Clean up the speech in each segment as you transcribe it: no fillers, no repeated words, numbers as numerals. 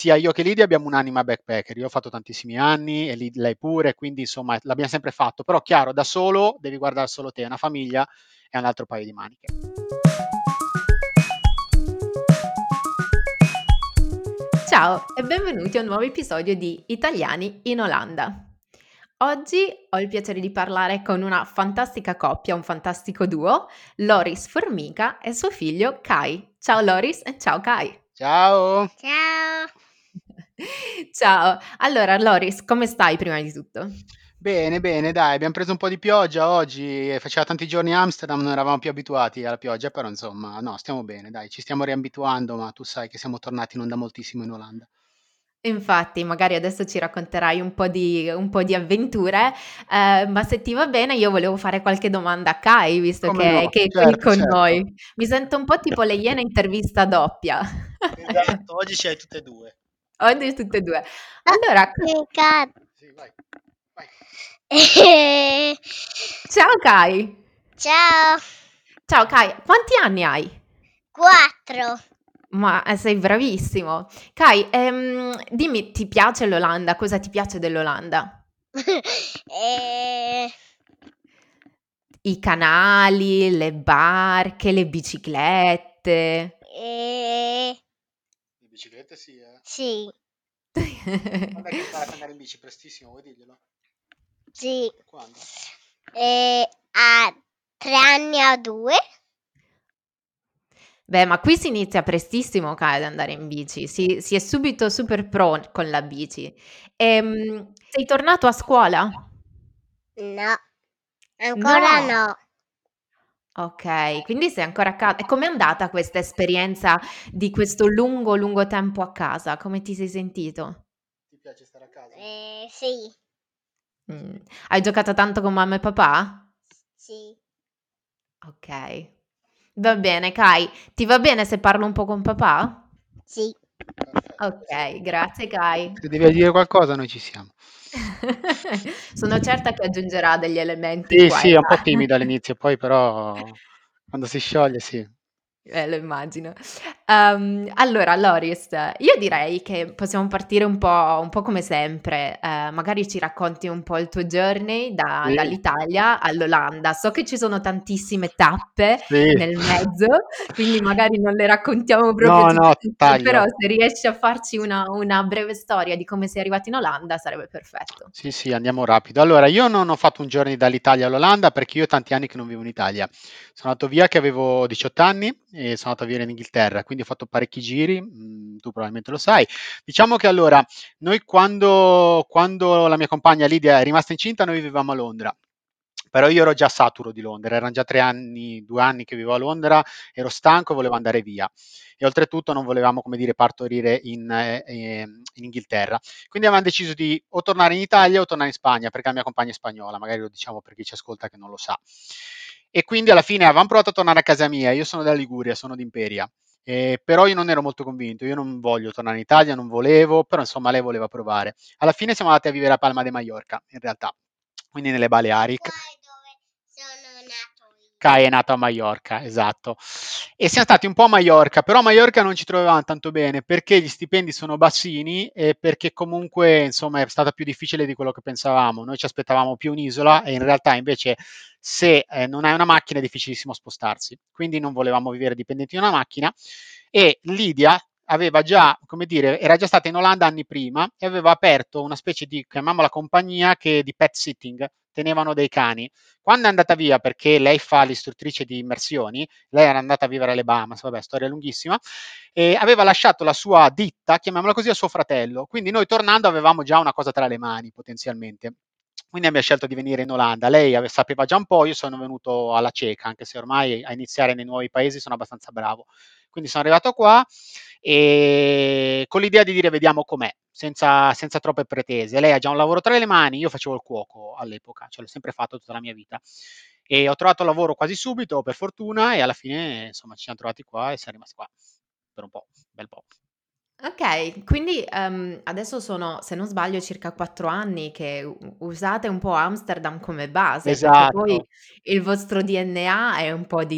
sia io che Lidia abbiamo un'anima backpacker. Io ho fatto tantissimi anni e lei pure, quindi insomma l'abbiamo sempre fatto. Però chiaro, da solo devi guardare solo te, una famiglia è un altro paio di maniche. Ciao e benvenuti a un nuovo episodio di Italiani in Olanda. Oggi ho il piacere di parlare con una fantastica coppia, un fantastico duo, Loris Formica e suo figlio Kai. Ciao Loris e ciao Kai. Ciao! Ciao. Ciao, allora Loris, come stai prima di tutto? Bene, bene, dai, abbiamo preso un po' di pioggia oggi, faceva tanti giorni a Amsterdam, non eravamo più abituati alla pioggia, però insomma, no, stiamo bene, dai, ci stiamo riabituando, ma tu sai che siamo tornati non da moltissimo in Olanda. Infatti, magari adesso ci racconterai un po' di avventure, ma se ti va bene io volevo fare qualche domanda a Kai, visto Come no? che è qui Certo, con certo. noi. Mi sento un po' tipo le Iene intervista doppia. Esatto, oggi c'hai tutte e due. Oggi tutte e 2. Ah, Allora, Mica. Sì, vai, vai. ciao Kai. Ciao. Ciao Kai, quanti anni hai? 4. Ma sei bravissimo. Kai, dimmi, ti piace l'Olanda? Cosa ti piace dell'Olanda? Eh, I canali, le barche, le biciclette. eh, In bicicletta sì, eh. sì, Quando è che impara ad andare in bici? Prestissimo, vuoi dirglielo? sì. Quando? A 3 anni a 2. Beh, ma qui si inizia prestissimo, Kai, ad andare in bici. Si è subito super pro con la bici. Sei tornato a scuola? No, ancora No. no. Ok, quindi sei ancora a casa. E com'è andata questa esperienza di questo lungo, lungo tempo a casa? Come ti sei sentito? Ti piace stare a casa? Sì, Mm. Hai giocato tanto con mamma e papà? sì, Ok. Va bene, Kai. Ti va bene se parlo un po' con papà? sì. Perfetto. Ok, grazie, Kai. Se devi dire qualcosa, noi ci siamo. Sono certa che aggiungerà degli elementi Sì, qua sì, e è un po' là. timido all'inizio, poi però quando si scioglie, sì. Lo immagino. Allora, Loris, io direi che possiamo partire un po' come sempre. Magari ci racconti un po' il tuo journey Sì, dall'Italia all'Olanda. So che ci sono tantissime tappe sì. nel mezzo, quindi magari non le raccontiamo proprio No, tutte, no, tutte, però taglio. se riesci a farci una breve storia di come sei arrivato in Olanda sarebbe perfetto. Sì, sì, andiamo rapido. Allora, io non ho fatto un journey dall'Italia all'Olanda perché io ho tanti anni che non vivo in Italia. Sono andato via che avevo 18 anni e sono andato via in Inghilterra, quindi ho fatto parecchi giri, tu probabilmente lo sai. Diciamo che allora, noi quando la mia compagna Lidia è rimasta incinta, noi vivevamo a Londra. Però io ero già saturo di Londra, erano già 3 anni, 2 anni che vivo a Londra, ero stanco, volevo andare via. E oltretutto non volevamo, come dire, partorire in Inghilterra. Quindi avevamo deciso di o tornare in Italia o tornare in Spagna, perché la mia compagna è spagnola, magari lo diciamo per chi ci ascolta che non lo sa. E quindi alla fine avevamo provato a tornare a casa mia, io sono della Liguria, sono d'Imperia, però io non ero molto convinto, io non voglio tornare in Italia, non volevo, però insomma lei voleva provare. Alla fine siamo andati a vivere a Palma de Mallorca, in realtà, quindi nelle Balearic. Qua è dove sono nato io. Kai è nato a Maiorca, esatto. E siamo stati un po' a Maiorca, però a Maiorca non ci trovavamo tanto bene perché gli stipendi sono bassini e perché comunque insomma è stata più difficile di quello che pensavamo. Noi ci aspettavamo più un'isola e in realtà invece se non hai una macchina è difficilissimo spostarsi. Quindi non volevamo vivere dipendenti da una macchina e Lidia aveva già, come dire, era già stata in Olanda anni prima e aveva aperto una specie di, chiamiamola compagnia, di pet sitting, tenevano dei cani. Quando è andata via, perché lei fa l'istruttrice di immersioni, lei era andata a vivere alle Bahamas, vabbè, storia lunghissima, e aveva lasciato la sua ditta, chiamiamola così, a suo fratello. Quindi noi tornando avevamo già una cosa tra le mani, potenzialmente. Quindi abbiamo scelto di venire in Olanda. Lei sapeva già un po', io sono venuto alla cieca, anche se ormai a iniziare nei nuovi paesi sono abbastanza bravo. Quindi sono arrivato qua e con l'idea di dire vediamo com'è, senza troppe pretese. Lei ha già un lavoro tra le mani, io facevo il cuoco all'epoca, ce l'ho sempre fatto tutta la mia vita. E ho trovato lavoro quasi subito, per fortuna, e alla fine insomma ci siamo trovati qua e siamo rimasti qua per un po', un bel po'. Okay, quindi, adesso sono, se non sbaglio, circa 4 anni che usate un po' Amsterdam come base, perché poi Esatto, il vostro DNA è un po'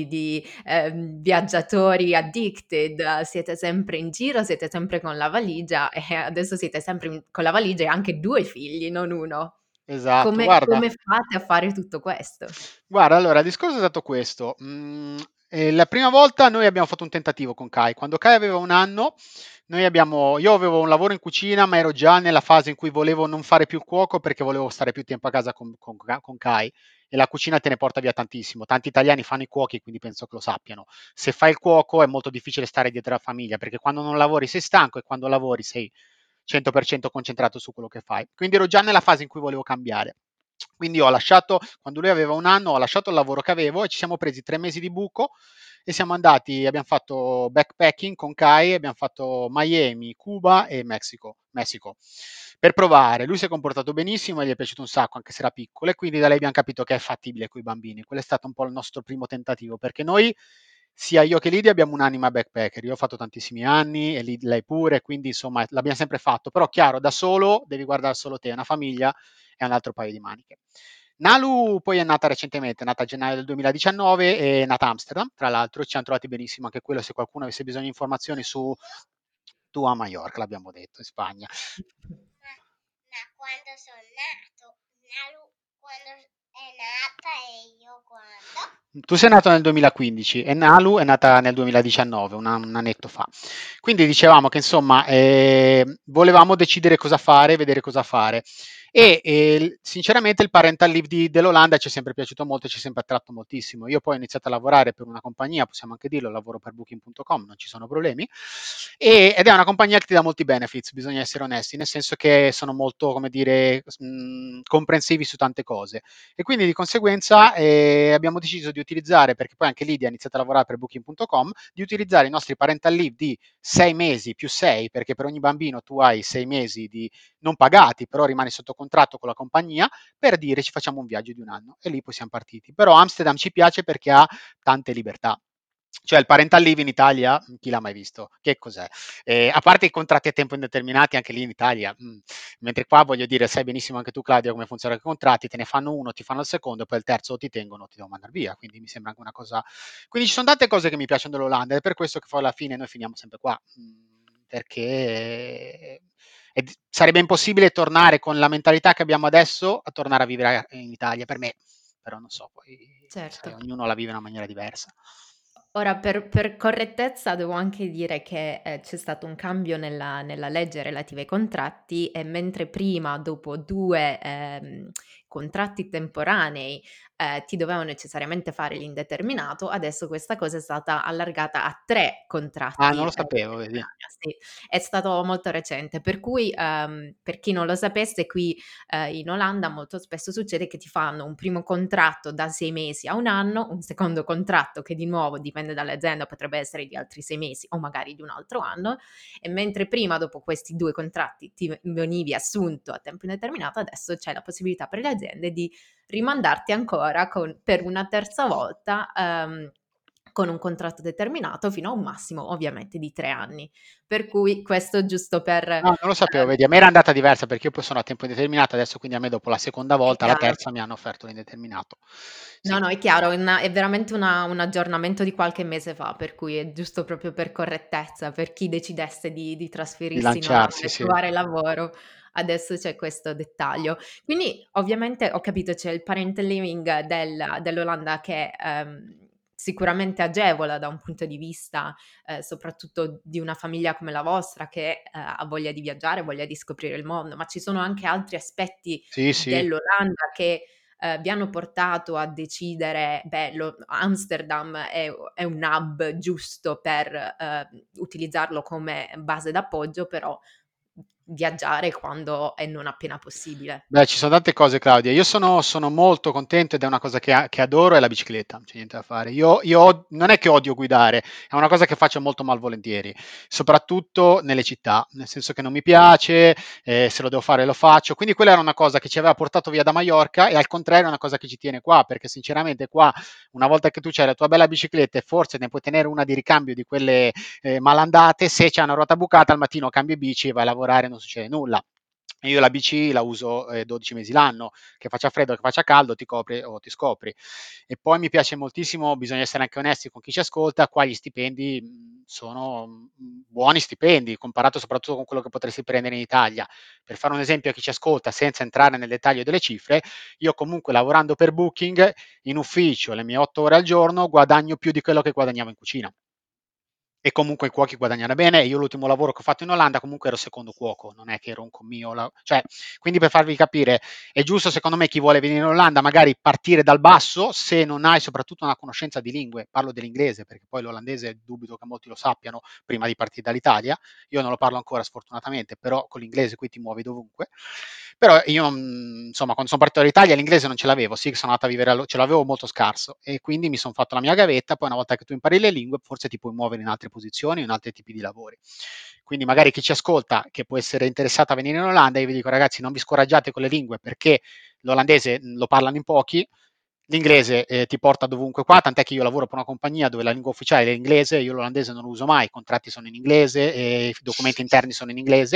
viaggiatori addicted, siete sempre in giro, siete sempre con la valigia e adesso siete sempre con la valigia e anche 2 figli, non 1. esatto. Come fate a fare tutto questo? Guarda, allora il discorso è stato questo: la prima volta noi abbiamo fatto un tentativo con Kai. Quando Kai aveva 1 anno, io avevo un lavoro in cucina, ma ero già nella fase in cui volevo non fare più il cuoco perché volevo stare più tempo a casa con Kai, e la cucina te ne porta via tantissimo. Tanti italiani fanno i cuochi, quindi penso che lo sappiano. Se fai il cuoco è molto difficile stare dietro la famiglia, perché quando non lavori sei stanco e quando lavori sei 100% concentrato su quello che fai. Quindi ero già nella fase in cui volevo cambiare. Quindi ho lasciato, quando lui aveva 1 anno, ho lasciato il lavoro che avevo e ci siamo presi 3 mesi di buco e siamo andati, abbiamo fatto backpacking con Kai, abbiamo fatto Miami, Cuba e Messico per provare. Lui si è comportato benissimo e gli è piaciuto un sacco, anche se era piccolo, e quindi da lei abbiamo capito che è fattibile con i bambini. Quello è stato un po' il nostro primo tentativo, perché noi, sia io che Lidia, abbiamo un'anima backpacker. Io ho fatto tantissimi anni e lei pure, quindi insomma l'abbiamo sempre fatto. Però chiaro, da solo devi guardare solo te, una famiglia è un altro paio di maniche. Nalu poi è nata recentemente, è nata a gennaio del 2019, è nata a Amsterdam, tra l'altro, ci hanno trovati benissimo anche quello, se qualcuno avesse bisogno di informazioni su tu a Mallorca, l'abbiamo detto, in Spagna. Ma quando sono nato, Nalu quando è nata e io quando? Tu sei nato nel 2015 e Nalu è nata nel 2019, un annetto fa. Quindi dicevamo che insomma volevamo decidere cosa fare, vedere cosa fare. E sinceramente il parental leave dell'Olanda ci è sempre piaciuto molto e ci è sempre attratto moltissimo. Io poi ho iniziato a lavorare per una compagnia, possiamo anche dirlo, lavoro per Booking.com, non ci sono problemi, ed è una compagnia che ti dà molti benefits, bisogna essere onesti, nel senso che sono molto, come dire, comprensivi su tante cose. E quindi di conseguenza abbiamo deciso di utilizzare, perché poi anche Lidia ha iniziato a lavorare per Booking.com, di utilizzare i nostri parental leave di 6 mesi più 6, perché per ogni bambino tu hai 6 mesi di non pagati, però rimani sotto contratto con la compagnia, per dire ci facciamo un viaggio di 1 anno. E lì poi siamo partiti. Però Amsterdam ci piace perché ha tante libertà. Cioè il parental leave in Italia, chi l'ha mai visto? Che cos'è? A parte i contratti a tempo indeterminati, anche lì in Italia, mentre qua voglio dire, sai benissimo anche tu Claudia come funzionano i contratti, te ne fanno uno, ti fanno il secondo, poi il terzo o ti tengono o ti devono mandare via, quindi mi sembra anche una cosa. Quindi ci sono tante cose che mi piacciono dell'Olanda ed è per questo che poi alla fine noi finiamo sempre qua, perché sarebbe impossibile tornare con la mentalità che abbiamo adesso a tornare a vivere in Italia, per me, però non so, poi Certo. sai, ognuno la vive in una maniera diversa. Ora per correttezza devo anche dire che, c'è stato un cambio nella legge relativa ai contratti e mentre prima dopo 2, contratti temporanei, ti dovevano necessariamente fare l'indeterminato, adesso questa cosa è stata allargata a 3 Ah, non contratti, lo sapevo, vedi. temporanei, sì. È stato molto recente, per cui, per chi non lo sapesse qui, in Olanda molto spesso succede che ti fanno un primo contratto da 6 mesi a 1 anno, un secondo contratto che di nuovo dipende dall'azienda, potrebbe essere di altri 6 mesi o magari di un altro anno, e mentre prima dopo questi 2 contratti ti venivi assunto a tempo indeterminato, adesso c'è la possibilità per le aziende di rimandarti ancora per una terza volta, con un contratto determinato fino a un massimo ovviamente di 3 anni. Per cui questo giusto per No, non lo sapevo, vedi, a me era andata diversa perché io poi sono a tempo indeterminato, adesso quindi a me dopo la seconda è volta, la chiaro. terza, mi hanno offerto l'indeterminato. No, Sì, no, è chiaro, è veramente un aggiornamento di qualche mese fa, per cui è giusto proprio per correttezza, per chi decidesse di di trasferirsi in Olanda lanciarsi, e sì. trovare lavoro, adesso c'è questo dettaglio. Quindi ovviamente ho capito, c'è il parental leaving dell'Olanda che, sicuramente agevola da un punto di vista, soprattutto di una famiglia come la vostra che, ha voglia di viaggiare, voglia di scoprire il mondo, ma ci sono anche altri aspetti Sì, sì. dell'Olanda che vi hanno portato a decidere: "Beh, Amsterdam è un hub giusto per, utilizzarlo come base d'appoggio", però viaggiare quando è non appena possibile. Beh, ci sono tante cose, Claudia. Io sono molto contento ed è una cosa che adoro, è la bicicletta, non c'è niente da fare. Non è che odio guidare, è una cosa che faccio molto malvolentieri, soprattutto nelle città, nel senso che non mi piace, se lo devo fare lo faccio. Quindi quella era una cosa che ci aveva portato via da Maiorca e al contrario è una cosa che ci tiene qua, perché sinceramente qua, una volta che tu c'hai la tua bella bicicletta e forse ne puoi tenere una di ricambio di quelle malandate, se c'è una ruota bucata al mattino cambi bici e vai a lavorare e non succede nulla. Io la bici la uso 12 mesi l'anno, che faccia freddo, che faccia caldo, ti copri o ti scopri. E poi mi piace moltissimo, bisogna essere anche onesti con chi ci ascolta, qua gli stipendi sono buoni stipendi, comparato soprattutto con quello che potresti prendere in Italia. Per fare un esempio a chi ci ascolta, senza entrare nel dettaglio delle cifre, io comunque lavorando per Booking, in ufficio, le mie 8 ore al giorno, guadagno più di quello che guadagnavo in cucina e comunque i cuochi guadagnano bene. Io l'ultimo lavoro che ho fatto in Olanda comunque ero secondo cuoco, non è che ero un commio. Cioè, quindi per farvi capire, è giusto secondo me chi vuole venire in Olanda magari partire dal basso se non hai soprattutto una conoscenza di lingue. Parlo dell'inglese perché poi l'olandese dubito che molti lo sappiano prima di partire dall'Italia. Io non lo parlo ancora sfortunatamente, però con l'inglese qui ti muovi dovunque. Però io, insomma, quando sono partito dall'Italia l'inglese non ce l'avevo, sì che sono andato a vivere, ce l'avevo molto scarso e quindi mi sono fatto la mia gavetta, poi una volta che tu impari le lingue forse ti puoi muovere in altre posizioni, in altri tipi di lavori. Quindi magari chi ci ascolta, che può essere interessato a venire in Olanda, io vi dico ragazzi non vi scoraggiate con le lingue perché l'olandese lo parlano in pochi, l'inglese ti porta dovunque qua, tant'è che io lavoro per una compagnia dove la lingua ufficiale è l'inglese, io l'olandese non lo uso mai, i contratti sono in inglese, i documenti interni sono in inglese.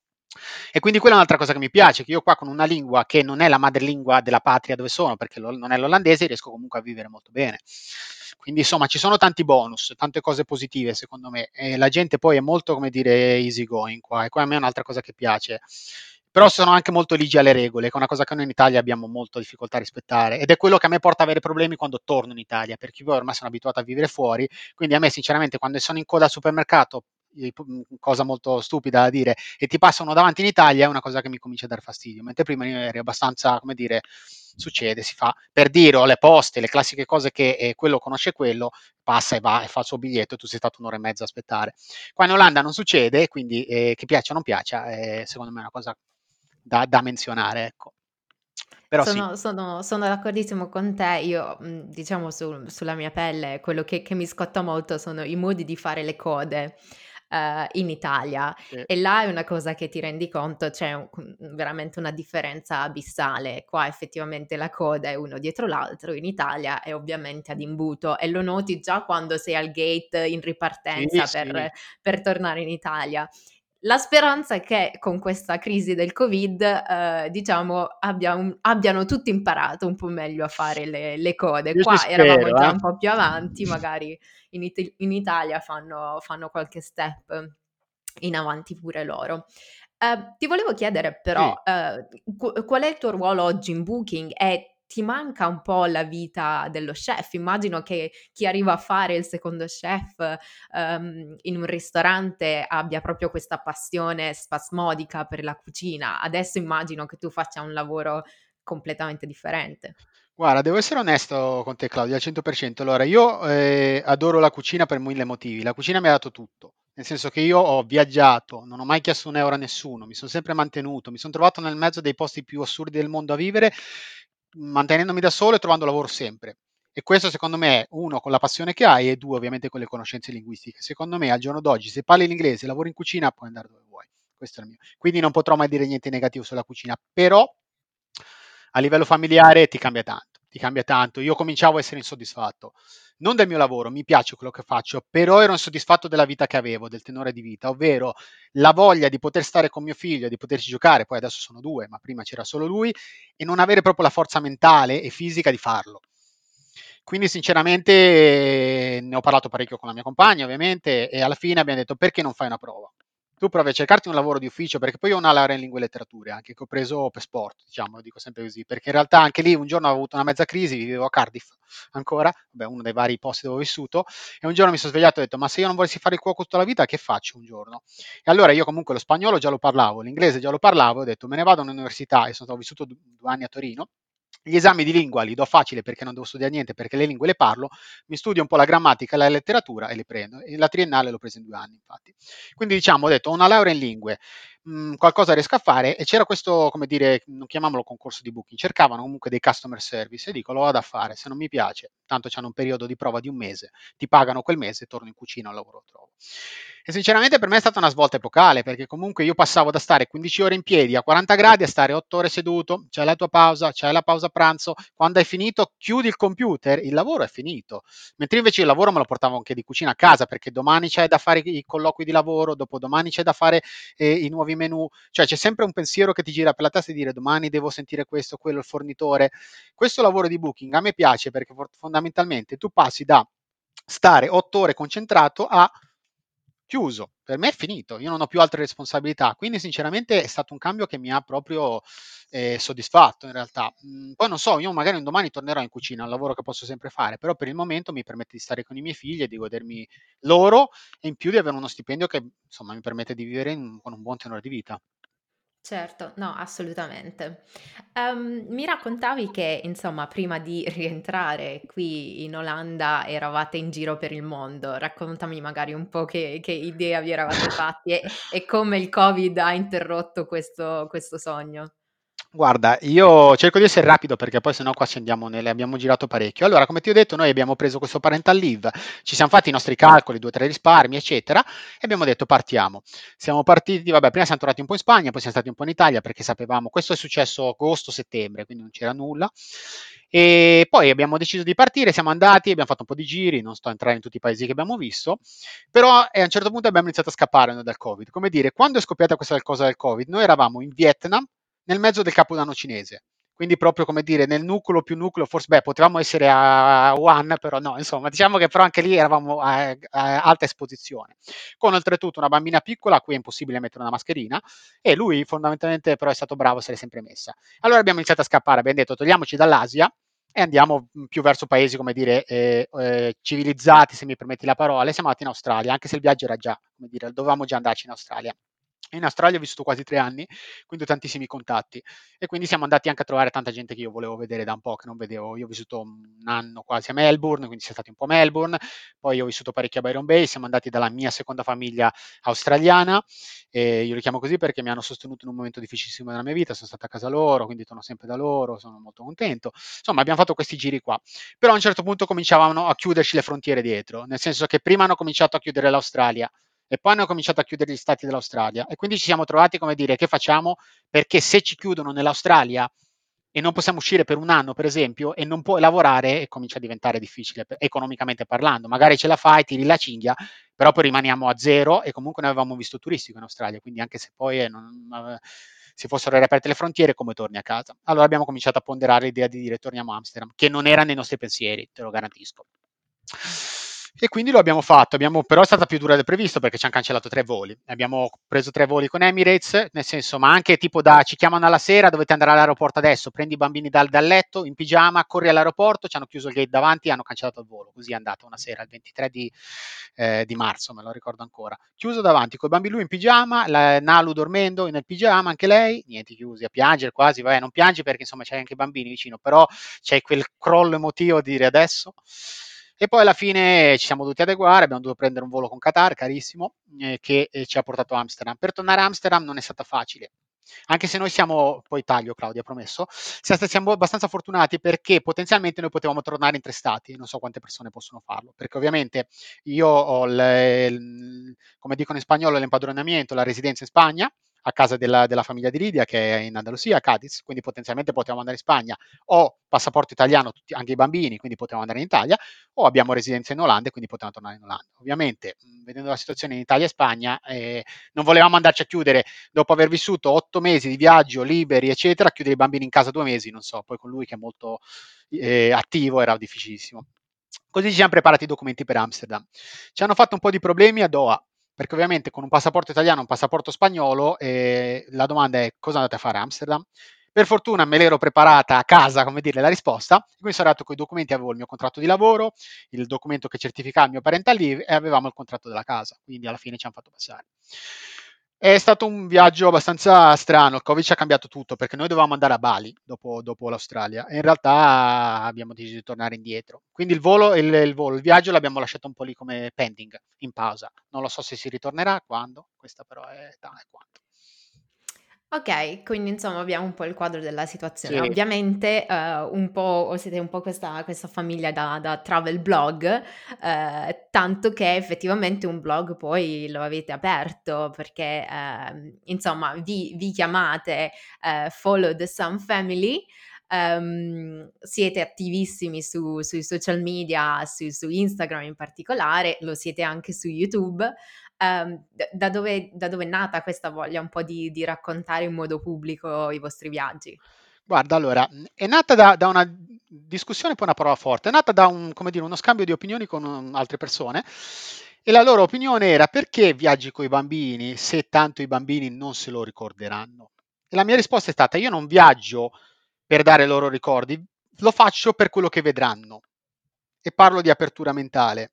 E quindi quella è un'altra cosa che mi piace, che io qua con una lingua che non è la madrelingua della patria dove sono, perché non è l'olandese, riesco comunque a vivere molto bene. Quindi insomma ci sono tanti bonus, tante cose positive secondo me e la gente poi è molto, come dire, easy going qua e qua a me è un'altra cosa che piace. Però sono anche molto ligi alle regole, che è una cosa che noi in Italia abbiamo molto difficoltà a rispettare ed è quello che a me porta ad avere problemi quando torno in Italia, perché io ormai sono abituato a vivere fuori, quindi a me sinceramente quando sono in coda al supermercato, cosa molto stupida da dire, e ti passano davanti in Italia è una cosa che mi comincia a dar fastidio, mentre prima eri abbastanza, come dire, succede, si fa per dire, o le poste, le classiche cose che quello conosce quello, passa e va e fa il suo biglietto e tu sei stato un'ora e mezza a aspettare. Qua in Olanda non succede, quindi che piaccia o non piaccia, secondo me è una cosa da menzionare, ecco. Però sì. Sono d'accordissimo con te. Io, diciamo sulla mia pelle quello che mi scotta molto sono i modi di fare le code, in Italia Sì. e là è una cosa che ti rendi conto c'è veramente una differenza abissale. Qua effettivamente la coda è uno dietro l'altro, in Italia è ovviamente ad imbuto e lo noti già quando sei al gate in Sì, ripartenza sì. per tornare in Italia. La speranza è che con questa crisi del Covid, diciamo abbiano tutti imparato un po' meglio a fare le code. Io ci Qua eravamo spero, già un po' più avanti, magari in Italia fanno qualche step in avanti pure loro. Ti volevo chiedere però, sì. qual è il tuo ruolo oggi in Booking e ti manca un po' la vita dello chef? Immagino che chi arriva a fare il secondo chef, in un ristorante abbia proprio questa passione spasmodica per la cucina. Adesso immagino che tu faccia un lavoro completamente differente. Guarda, devo essere onesto con te Claudia, al 100%. Allora, io adoro la cucina per 1000 motivi. La cucina mi ha dato tutto, nel senso che io ho viaggiato, non ho mai chiesto un euro a nessuno, mi sono sempre mantenuto, mi sono trovato nel mezzo dei posti più assurdi del mondo a vivere, mantenendomi da solo e trovando lavoro sempre. E questo secondo me è uno con la passione che hai e due ovviamente con le conoscenze linguistiche. Secondo me al giorno d'oggi se parli l'inglese e lavori in cucina puoi andare dove vuoi. Questo è il mio. Quindi non potrò mai dire niente negativo sulla cucina, però a livello familiare ti cambia tanto, ti cambia tanto. Io cominciavo a essere insoddisfatto, non del mio lavoro, mi piace quello che faccio, però ero insoddisfatto della vita che avevo, del tenore di vita, ovvero la voglia di poter stare con mio figlio, di poterci giocare, poi adesso sono due, ma prima c'era solo lui, e non avere proprio la forza mentale e fisica di farlo. Quindi sinceramente ne ho parlato parecchio con la mia compagna, ovviamente, e alla fine abbiamo detto perché non fai una prova? Tu provi a cercarti un lavoro di ufficio, perché poi io ho una laurea in lingue e letterature, anche che ho preso per sport, diciamo, lo dico sempre così, perché in realtà anche lì un giorno ho avuto una mezza crisi, vivevo a Cardiff ancora, vabbè, uno dei vari posti dove ho vissuto, e un giorno mi sono svegliato e ho detto, ma se io non volessi fare il cuoco tutta la vita, che faccio un giorno? E allora io comunque lo spagnolo già lo parlavo, l'inglese già lo parlavo, ho detto, me ne vado all'università, e ho vissuto 2 anni a Torino, gli esami di lingua li do facile perché non devo studiare niente, perché le lingue le parlo, mi studio un po' la grammatica e la letteratura e le prendo. E la triennale l'ho presa in 2 anni, infatti. Quindi diciamo, ho detto, ho una laurea in lingue, qualcosa riesco a fare, e c'era questo, come dire, non chiamiamolo concorso di booking, cercavano comunque dei customer service, e dico lo vado a fare, se non mi piace, tanto c'hanno un periodo di prova di un mese, ti pagano quel mese e torno in cucina, al lavoro lo trovo. E sinceramente per me è stata una svolta epocale, perché comunque io passavo da stare 15 ore in piedi a 40 gradi a stare 8 ore seduto, c'è la tua pausa, c'è la pausa pranzo, quando hai finito chiudi il computer, il lavoro è finito. Mentre invece il lavoro me lo portavo anche di cucina a casa, perché domani c'è da fare i colloqui di lavoro, dopodomani c'è da fare i nuovi menu, cioè c'è sempre un pensiero che ti gira per la testa di dire domani devo sentire questo, quello, il fornitore. Questo lavoro di booking a me piace perché fondamentalmente tu passi da stare 8 ore concentrato a chiuso. Per me è finito, io non ho più altre responsabilità, quindi sinceramente è stato un cambio che mi ha proprio soddisfatto in realtà. Poi non so, io magari un domani tornerò in cucina, è un lavoro che posso sempre fare, però per il momento mi permette di stare con i miei figli e di godermi loro, e in più di avere uno stipendio che insomma mi permette di vivere con un buon tenore di vita. Certo, no, assolutamente. Mi raccontavi che, insomma, prima di rientrare qui in Olanda eravate in giro per il mondo. Raccontami magari un po' che idea vi eravate fatti e come il Covid ha interrotto questo sogno. Guarda, io cerco di essere rapido perché poi sennò qua scendiamo nelle abbiamo girato parecchio. Allora, come ti ho detto, noi abbiamo preso questo parental leave, ci siamo fatti i nostri calcoli, 2 o 3 risparmi, eccetera, e abbiamo detto partiamo. Siamo partiti, vabbè, prima siamo tornati un po' in Spagna, poi siamo stati un po' in Italia perché sapevamo, questo è successo agosto-settembre, quindi non c'era nulla. E poi abbiamo deciso di partire, siamo andati, abbiamo fatto un po' di giri, non sto a entrare in tutti i paesi che abbiamo visto, però a un certo punto abbiamo iniziato a scappare noi dal Covid. Come dire, quando è scoppiata questa cosa del Covid, noi eravamo in Vietnam, nel mezzo del capodanno cinese. Quindi proprio come dire, nel nucleo più nucleo, forse beh, potevamo essere a Wuhan, però no, insomma, diciamo che però anche lì eravamo a alta esposizione. Con oltretutto una bambina piccola a cui è impossibile mettere una mascherina, e lui fondamentalmente però è stato bravo, se l'è sempre messa. Allora abbiamo iniziato a scappare, abbiamo detto togliamoci dall'Asia e andiamo più verso paesi, come dire, civilizzati, se mi permetti la parola, e siamo andati in Australia, anche se il viaggio era già, come dire, dovevamo già andarci in Australia. In Australia ho vissuto quasi 3 anni, quindi ho tantissimi contatti, e quindi siamo andati anche a trovare tanta gente che io volevo vedere da un po', che non vedevo. Io ho vissuto un anno quasi a Melbourne, quindi siamo stati un po' a Melbourne, poi ho vissuto parecchio a Byron Bay, siamo andati dalla mia seconda famiglia australiana, e io li chiamo così perché mi hanno sostenuto in un momento difficilissimo della mia vita, sono stato a casa loro, quindi torno sempre da loro, sono molto contento. Insomma, abbiamo fatto questi giri qua, però a un certo punto cominciavano a chiuderci le frontiere dietro, nel senso che prima hanno cominciato a chiudere l'Australia e poi hanno cominciato a chiudere gli stati dell'Australia, e quindi ci siamo trovati, come dire, che facciamo? Perché se ci chiudono nell'Australia e non possiamo uscire per un anno, per esempio, e non puoi lavorare, e comincia a diventare difficile economicamente parlando. Magari ce la fai, tiri la cinghia, però poi rimaniamo a zero, e comunque noi avevamo visto turistico in Australia, quindi anche se poi si fossero riaperte le frontiere, come torni a casa? Allora abbiamo cominciato a ponderare l'idea di dire torniamo a Amsterdam, che non era nei nostri pensieri, te lo garantisco. E quindi lo abbiamo fatto, però è stata più dura del previsto perché ci hanno cancellato 3 voli. Abbiamo preso 3 voli con Emirates, nel senso, ma anche tipo ci chiamano alla sera, dovete andare all'aeroporto adesso, prendi i bambini dal letto in pigiama, corri all'aeroporto, ci hanno chiuso il gate davanti e hanno cancellato il volo. Così è andata una sera, il 23 di marzo, me lo ricordo ancora. Chiuso davanti, con i bambini lui in pigiama, la Nalu dormendo nel pigiama, anche lei, niente, chiusi, a piangere quasi, vabbè, non piangi perché insomma c'hai anche i bambini vicino, però c'è quel crollo emotivo di dire adesso. E poi alla fine ci siamo dovuti adeguare, abbiamo dovuto prendere un volo con Qatar, carissimo, che ci ha portato a Amsterdam. Per tornare a Amsterdam non è stata facile, anche se noi siamo, poi taglio Claudia, promesso, siamo abbastanza fortunati perché potenzialmente noi potevamo tornare in 3 stati, non so quante persone possono farlo, perché ovviamente io ho, come dicono in spagnolo, l'empadronamiento, la residenza in Spagna, a casa della famiglia di Lidia che è in Andalusia, a Cadiz, quindi potenzialmente potevamo andare in Spagna, o passaporto italiano, anche i bambini, quindi potevamo andare in Italia, o abbiamo residenza in Olanda e quindi potevamo tornare in Olanda. Ovviamente, vedendo la situazione in Italia e Spagna, non volevamo andarci a chiudere dopo aver vissuto 8 mesi di viaggio liberi, eccetera, chiudere i bambini in casa 2 mesi, non so, poi con lui che è molto attivo era difficilissimo. Così ci siamo preparati i documenti per Amsterdam. Ci hanno fatto un po' di problemi a Doha, perché ovviamente con un passaporto italiano e un passaporto spagnolo, la domanda è cosa andate a fare a Amsterdam? Per fortuna me l'ero preparata a casa, come dire, la risposta, quindi sono arrivato con i documenti, avevo il mio contratto di lavoro, il documento che certificava il mio parental leave e avevamo il contratto della casa, quindi alla fine ci hanno fatto passare. È stato un viaggio abbastanza strano, il Covid ci ha cambiato tutto perché noi dovevamo andare a Bali dopo l'Australia e in realtà abbiamo deciso di tornare indietro. Quindi il viaggio l'abbiamo lasciato un po' lì come pending, in pausa. Non lo so se si ritornerà, quando, questa però è quanto. Okay, quindi insomma abbiamo un po' il quadro della situazione. Sì. Ovviamente, un po' siete un po' questa famiglia da travel blog, tanto che effettivamente un blog poi lo avete aperto perché, insomma vi chiamate, Follow the Sun Family, siete attivissimi sui social media, su Instagram in particolare, lo siete anche su YouTube. Da dove è nata questa voglia un po' di raccontare in modo pubblico i vostri viaggi? Guarda, allora, è nata da una discussione, poi una parola forte, è nata da un come dire, uno scambio di opinioni con, altre persone, e la loro opinione era: "Perché viaggi coi bambini se tanto i bambini non se lo ricorderanno?" E la mia risposta è stata: "Io non viaggio per dare loro ricordi, lo faccio per quello che vedranno." E parlo di apertura mentale.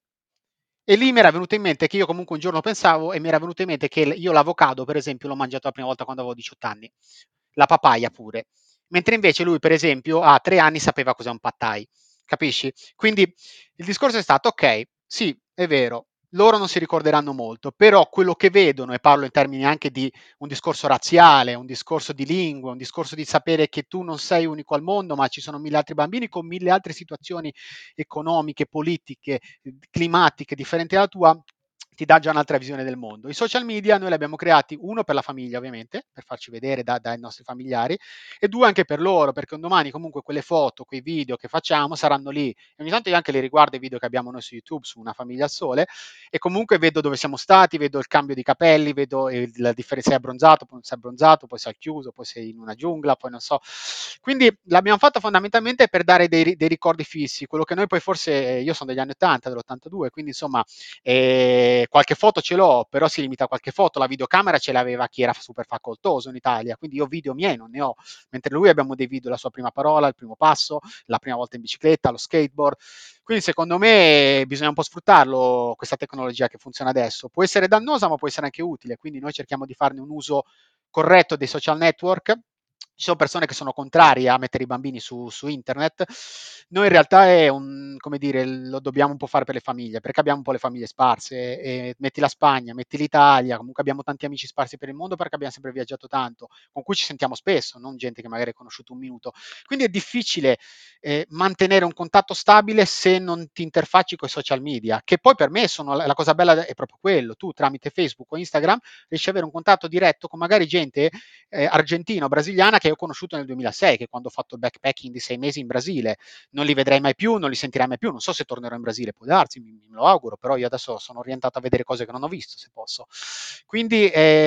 E lì mi era venuto in mente che io comunque un giorno pensavo, e mi era venuto in mente che io l'avocado, per esempio, l'ho mangiato la prima volta quando avevo 18 anni, la papaya pure, mentre invece lui, per esempio, a 3 anni sapeva cos'è un pad thai, capisci? Quindi il discorso è stato: ok, sì, è vero, loro non si ricorderanno molto, però quello che vedono, e parlo in termini anche di un discorso razziale, un discorso di lingua, un discorso di sapere che tu non sei unico al mondo, ma ci sono mille altri bambini con mille altre situazioni economiche, politiche, climatiche differenti dalla tua, ti dà già un'altra visione del mondo. I social media noi li abbiamo creati, uno per la famiglia ovviamente, per farci vedere dai nostri familiari, e due anche per loro, perché un domani comunque quelle foto, quei video che facciamo saranno lì. E ogni tanto io anche li riguardo i video che abbiamo noi su YouTube, su Una famiglia al sole, e comunque vedo dove siamo stati, vedo il cambio di capelli, vedo la differenza, sei abbronzato, poi non sei abbronzato, poi sei al chiuso, poi sei in una giungla, poi non so. Quindi l'abbiamo fatto fondamentalmente per dare dei ricordi fissi, quello che noi poi forse, io sono degli anni 80, dell'82, quindi insomma qualche foto ce l'ho, però si limita a qualche foto, la videocamera ce l'aveva chi era super facoltoso in Italia, quindi io video miei non ne ho, mentre lui abbiamo dei video, la sua prima parola, il primo passo, la prima volta in bicicletta, lo skateboard. Quindi secondo me bisogna un po' sfruttarlo, questa tecnologia che funziona adesso. Può essere dannosa, ma può essere anche utile, quindi noi cerchiamo di farne un uso corretto dei social network. Ci sono persone che sono contrarie a mettere i bambini su internet. Noi in realtà è un, come dire, lo dobbiamo un po' fare per le famiglie, perché abbiamo un po' le famiglie sparse. E metti la Spagna, metti l'Italia, comunque abbiamo tanti amici sparsi per il mondo perché abbiamo sempre viaggiato tanto, con cui ci sentiamo spesso, non gente che magari hai conosciuto un minuto. Quindi è difficile mantenere un contatto stabile se non ti interfacci con i social media, che poi per me sono la cosa bella è proprio quello. Tu tramite Facebook o Instagram riesci ad avere un contatto diretto con magari gente argentina o brasiliana che ho conosciuto nel 2006, che quando ho fatto il backpacking di 6 mesi in Brasile, non li vedrei mai più, non li sentirei mai più, non so se tornerò in Brasile, può darsi, me lo auguro, però io adesso sono orientato a vedere cose che non ho visto, se posso. Quindi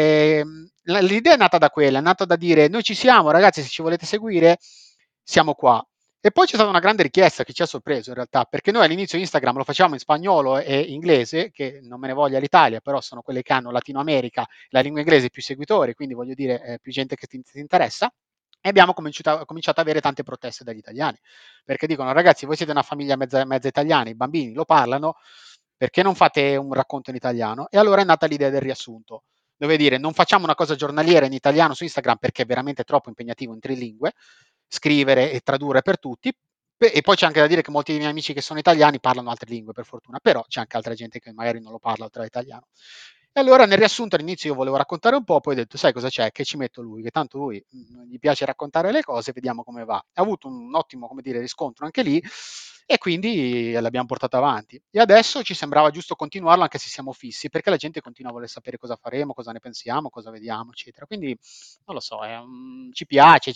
l'idea è nata da quella, è nata da dire: noi ci siamo, ragazzi, se ci volete seguire, siamo qua. E poi c'è stata una grande richiesta che ci ha sorpreso in realtà, perché noi all'inizio Instagram lo facciamo in spagnolo e inglese, che non me ne voglia l'Italia, però sono quelle che hanno Latino America, la lingua inglese, più seguitori, quindi voglio dire più gente che ti interessa. E abbiamo cominciato ad avere tante proteste dagli italiani, perché dicono: ragazzi, voi siete una famiglia mezza italiana, i bambini lo parlano, perché non fate un racconto in italiano? E allora è nata l'idea del riassunto, dove dire: non facciamo una cosa giornaliera in italiano su Instagram perché è veramente troppo impegnativo in 3 lingue, scrivere e tradurre per tutti. E poi c'è anche da dire che molti dei miei amici che sono italiani parlano altre lingue, per fortuna, però c'è anche altra gente che magari non lo parla oltre all'italiano. E allora nel riassunto all'inizio io volevo raccontare un po', poi ho detto: sai cosa c'è? Che ci metto lui, che tanto lui gli piace raccontare le cose, vediamo come va. Ha avuto un ottimo, come dire, riscontro anche lì, e quindi l'abbiamo portato avanti. E adesso ci sembrava giusto continuarlo anche se siamo fissi, perché la gente continua a voler sapere cosa faremo, cosa ne pensiamo, cosa vediamo, eccetera. Quindi non lo so, ci piace,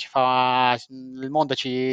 il mondo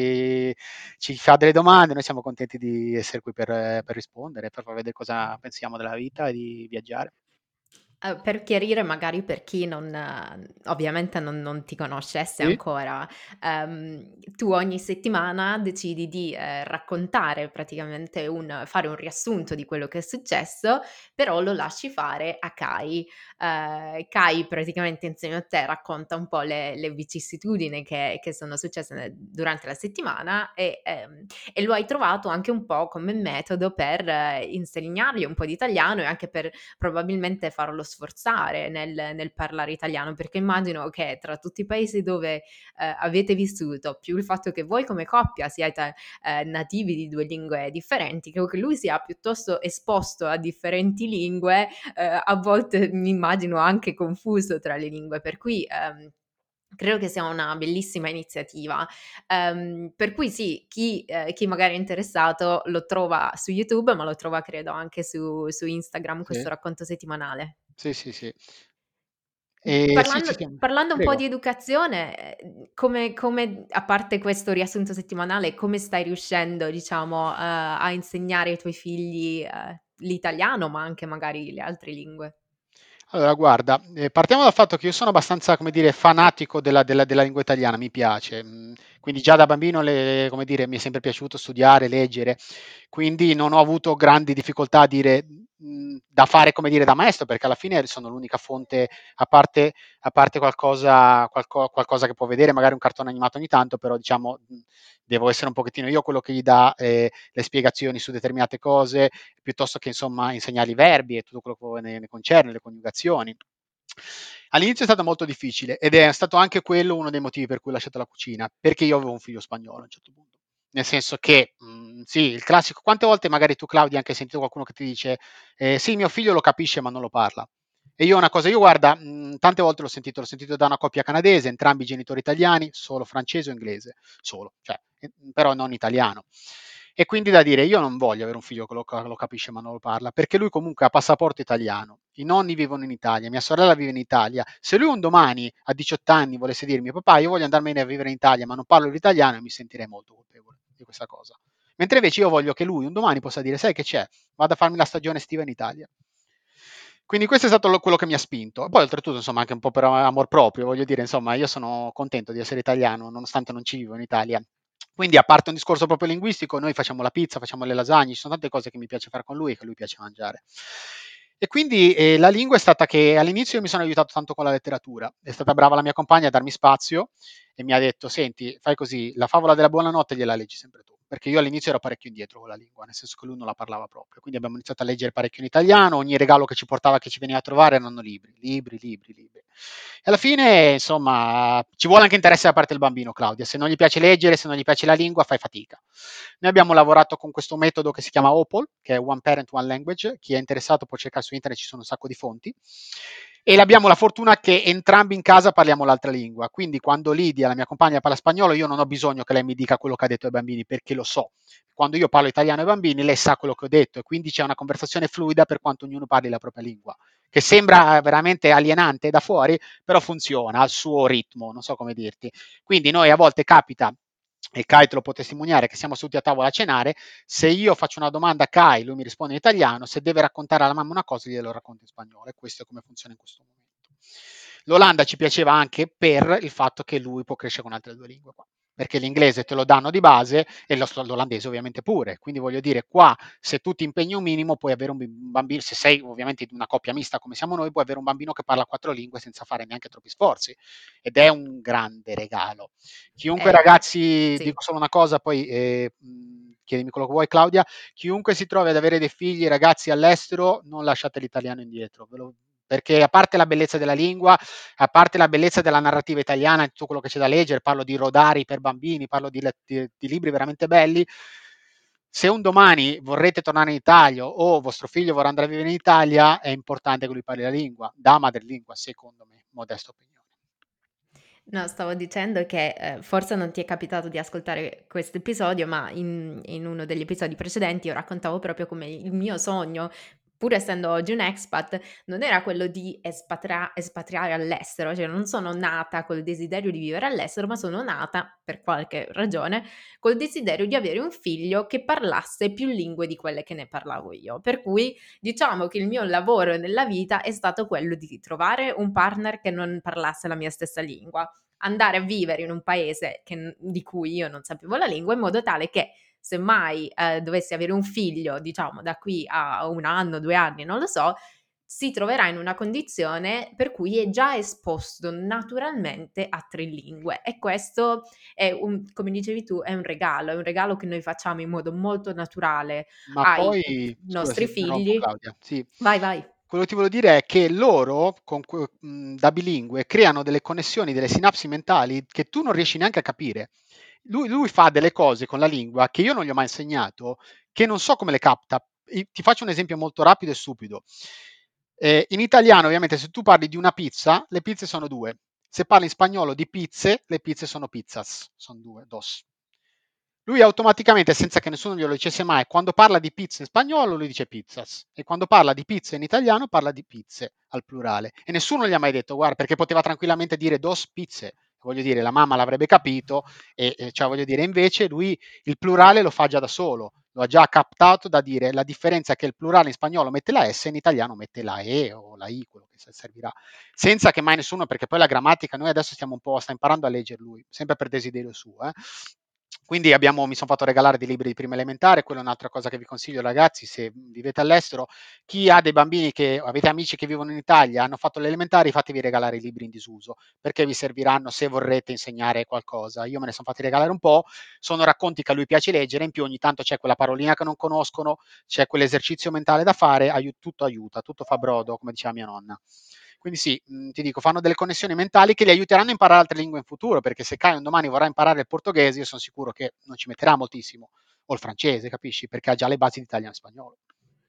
ci fa delle domande, noi siamo contenti di essere qui per rispondere, per far vedere cosa pensiamo della vita e di viaggiare. Per chiarire magari per chi non ovviamente non ti conoscesse Sì? ancora, tu ogni settimana decidi di, raccontare praticamente fare un riassunto di quello che è successo, però lo lasci fare a Kai. Kai praticamente insieme a te racconta un po' le vicissitudini che sono successe durante la settimana e lo hai trovato anche un po' come metodo per insegnargli un po' di italiano e anche per probabilmente farlo sforzare nel parlare italiano, perché immagino che tra tutti i paesi dove, avete vissuto, più il fatto che voi come coppia siete, nativi di 2 lingue differenti, credo che lui sia piuttosto esposto a differenti lingue, a volte mi immagino anche confuso tra le lingue, per cui, Credo che sia una bellissima iniziativa. Per cui sì, chi magari è interessato lo trova su YouTube, ma lo trova credo anche su Instagram, questo Sì, racconto settimanale. sì, sì, sì. Sì, Parlando ci siamo. parlando un po' Prego. di educazione, come a parte questo riassunto settimanale, come stai riuscendo diciamo, a insegnare ai tuoi figli, l'italiano, ma anche magari le altre lingue? Allora guarda, partiamo dal fatto che io sono abbastanza, come dire, fanatico della lingua italiana, mi piace. Quindi già da bambino come dire, mi è sempre piaciuto studiare, leggere, quindi non ho avuto grandi difficoltà a dire, da fare, come dire, da maestro, perché alla fine sono l'unica fonte, a parte qualcosa che può vedere, magari un cartone animato ogni tanto, però diciamo, devo essere un pochettino io quello che gli dà le spiegazioni su determinate cose, piuttosto che insomma insegnargli i verbi e tutto quello che ne concerne, le coniugazioni. All'inizio è stato molto difficile ed è stato anche quello uno dei motivi per cui ho lasciato la cucina, perché io avevo un figlio spagnolo a un certo punto. Nel senso che, sì, il classico, quante volte magari tu Claudia hai anche sentito qualcuno che ti dice, sì, mio figlio lo capisce ma non lo parla. E io una cosa, io guarda, tante volte l'ho sentito da una coppia canadese, entrambi i genitori italiani, solo francese o inglese, solo, cioè, però non italiano. E quindi da dire, io non voglio avere un figlio che lo capisce ma non lo parla, perché lui comunque ha passaporto italiano, i nonni vivono in Italia, mia sorella vive in Italia. Se lui un domani a 18 anni volesse dirmi, papà, io voglio andarmene a vivere in Italia ma non parlo l'italiano, mi sentirei molto colpevole di questa cosa. Mentre invece io voglio che lui un domani possa dire, sai che c'è, vado a farmi la stagione estiva in Italia. Quindi questo è stato quello che mi ha spinto. Poi oltretutto, insomma, anche un po' per amor proprio, voglio dire, insomma, io sono contento di essere italiano, nonostante non ci vivo in Italia. Quindi, a parte un discorso proprio linguistico, noi facciamo la pizza, facciamo le lasagne, ci sono tante cose che mi piace fare con lui e che lui piace mangiare. E quindi la lingua è stata che all'inizio io mi sono aiutato tanto con la letteratura. È stata brava la mia compagna a darmi spazio e mi ha detto, senti, fai così, la favola della buonanotte gliela leggi sempre tu, perché io all'inizio ero parecchio indietro con la lingua, nel senso che lui non la parlava proprio, quindi abbiamo iniziato a leggere parecchio in italiano, ogni regalo che ci portava, che ci veniva a trovare erano libri, libri, libri, libri. E alla fine, insomma, ci vuole anche interesse da parte del bambino, Claudia, se non gli piace leggere, se non gli piace la lingua, fai fatica. Noi abbiamo lavorato con questo metodo che si chiama OPOL, che è One Parent, One Language, chi è interessato può cercare su internet, ci sono un sacco di fonti, e abbiamo la fortuna che entrambi in casa parliamo l'altra lingua, quindi quando Lidia, la mia compagna, parla spagnolo, io non ho bisogno che lei mi dica quello che ha detto ai bambini, perché lo so. Quando io parlo italiano ai bambini, lei sa quello che ho detto e quindi c'è una conversazione fluida per quanto ognuno parli la propria lingua, che sembra veramente alienante da fuori, però funziona al suo ritmo, non so come dirti. Quindi noi a volte capita, e Kai te lo può testimoniare, che siamo seduti a tavola a cenare, se io faccio una domanda a Kai, lui mi risponde in italiano, se deve raccontare alla mamma una cosa, glielo racconto in spagnolo, e questo è come funziona in questo momento. L'Olanda ci piaceva anche per il fatto che lui può crescere con altre due lingue qua, perché l'inglese te lo danno di base e l'olandese ovviamente pure, quindi voglio dire, qua se tu ti impegni un minimo puoi avere un bambino, se sei ovviamente di una coppia mista come siamo noi, puoi avere un bambino che parla 4 lingue senza fare neanche troppi sforzi, ed è un grande regalo. Chiunque ragazzi, Sì. dico solo una cosa, poi chiedimi quello che vuoi Claudia, chiunque si trovi ad avere dei figli, ragazzi all'estero, non lasciate l'italiano indietro, perché a parte la bellezza della lingua, a parte la bellezza della narrativa italiana e tutto quello che c'è da leggere, parlo di Rodari per bambini, parlo di libri veramente belli, se un domani vorrete tornare in Italia o vostro figlio vorrà andare a vivere in Italia, è importante che lui parli la lingua, da madrelingua, secondo me, modesta opinione. No, stavo dicendo che forse non ti è capitato di ascoltare questo episodio, ma in uno degli episodi precedenti io raccontavo proprio come il mio sogno, pur essendo oggi un expat, non era quello di espatriare all'estero, cioè non sono nata col desiderio di vivere all'estero, ma sono nata, per qualche ragione, col desiderio di avere un figlio che parlasse più lingue di quelle che ne parlavo io. Per cui diciamo che il mio lavoro nella vita è stato quello di trovare un partner che non parlasse la mia stessa lingua, andare a vivere in un paese di cui io non sapevo la lingua, in modo tale che se mai dovessi avere un figlio, diciamo da qui a 1 anno, 2 anni, non lo so, si troverà in una condizione per cui è già esposto naturalmente a 3 lingue, e questo è come dicevi tu, è un regalo che noi facciamo in modo molto naturale Ma ai poi, scusa se nostri ti interrompo figli. Claudia, sì, Vai, vai. quello che ti volevo dire è che loro, da bilingue, creano delle connessioni, delle sinapsi mentali che tu non riesci neanche a capire. Lui fa delle cose con la lingua che io non gli ho mai insegnato, che non so come le capta. Ti faccio un esempio molto rapido e stupido. In italiano, ovviamente, se tu parli di una pizza, le pizze sono due. Se parli in spagnolo di pizze, le pizze sono pizzas, sono due, dos. Lui automaticamente, senza che nessuno glielo dicesse mai, quando parla di pizze in spagnolo, lui dice pizzas. E quando parla di pizze in italiano, parla di pizze al plurale. E nessuno gli ha mai detto, guarda, perché poteva tranquillamente dire dos pizze. Voglio dire, la mamma l'avrebbe capito, cioè, voglio dire, invece lui il plurale lo fa già da solo, lo ha già captato da dire la differenza è che il plurale in spagnolo mette la S e in italiano mette la E o la I, quello che servirà, senza che mai nessuno, perché poi la grammatica noi adesso sta imparando a leggere lui, sempre per desiderio suo. Quindi mi sono fatto regalare dei libri di prima elementare, quella è un'altra cosa che vi consiglio ragazzi, se vivete all'estero, chi ha dei bambini che avete amici che vivono in Italia, hanno fatto le elementari, fatevi regalare i libri in disuso, perché vi serviranno se vorrete insegnare qualcosa. Io me ne sono fatti regalare un po', sono racconti che a lui piace leggere, in più ogni tanto c'è quella parolina che non conoscono, c'è quell'esercizio mentale da fare, tutto aiuta, tutto fa brodo, come diceva mia nonna. Quindi sì, ti dico, fanno delle connessioni mentali che li aiuteranno a imparare altre lingue in futuro, perché se Kai un domani vorrà imparare il portoghese, io sono sicuro che non ci metterà moltissimo, o il francese, capisci? Perché ha già le basi di italiano e spagnolo.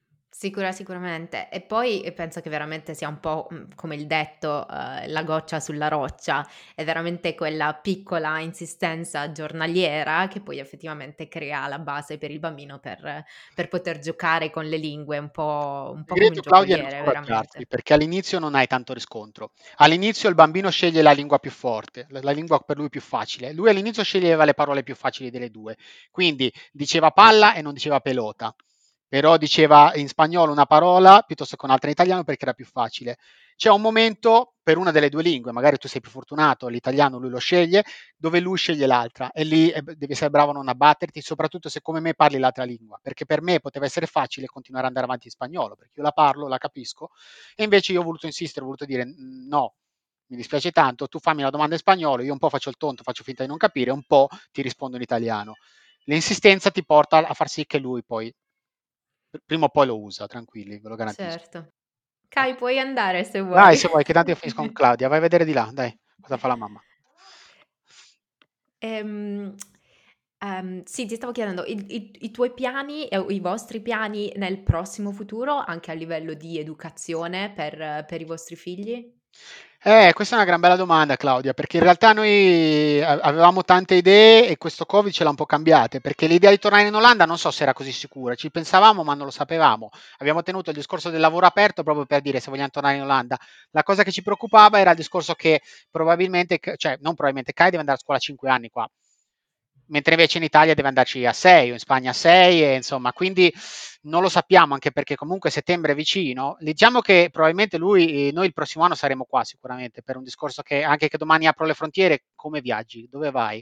Sicuramente. E poi penso che veramente sia un po', come il detto, la goccia sulla roccia, è veramente quella piccola insistenza giornaliera che poi effettivamente crea la base per il bambino per poter giocare con le lingue, un Il po' come un segreto, Claudia, è non giocoliere scoraggiarsi, veramente. perché all'inizio non hai tanto riscontro. All'inizio il bambino sceglie la lingua più forte, la lingua per lui più facile. Lui all'inizio sceglieva le parole più facili delle due, quindi diceva palla e non diceva pelota, però diceva in spagnolo una parola piuttosto che un'altra in italiano perché era più facile. C'è un momento per una delle due lingue, magari tu sei più fortunato, l'italiano lui lo sceglie, dove lui sceglie l'altra e lì devi essere bravo a non abbatterti, soprattutto se come me parli l'altra lingua, perché per me poteva essere facile continuare ad andare avanti in spagnolo, perché io la parlo, la capisco, e invece io ho voluto insistere, ho voluto dire no, mi dispiace tanto, tu fammi la domanda in spagnolo, io un po' faccio il tonto, faccio finta di non capire, un po' ti rispondo in italiano. L'insistenza ti porta a far sì che lui poi, prima o poi lo usa, tranquilli, ve lo garantisco. Certo. Dai, Kai, puoi andare se dai vuoi. se vuoi, che tanto io finisco con Claudia, vai a vedere di là, dai, cosa fa la mamma. Ehm, sì, ti stavo chiedendo, i tuoi piani e i vostri piani nel prossimo futuro, anche a livello di educazione per i vostri figli? Questa è una gran bella domanda, Claudia, perché in realtà noi avevamo tante idee e questo Covid ce l'ha un po' cambiate, perché l'idea di tornare in Olanda non so se era così sicura, ci pensavamo ma non lo sapevamo. Abbiamo tenuto il discorso del lavoro aperto proprio per dire se vogliamo tornare in Olanda. La cosa che ci preoccupava era il discorso che probabilmente, cioè non probabilmente, Kai deve andare a scuola a 5 anni qua, mentre invece in Italia deve andarci a 6 o in Spagna a 6, e insomma, quindi non lo sappiamo, anche perché comunque settembre è vicino. Diciamo che probabilmente noi il prossimo anno saremo qua sicuramente, per un discorso che anche che domani apro le frontiere, come viaggi? Dove vai?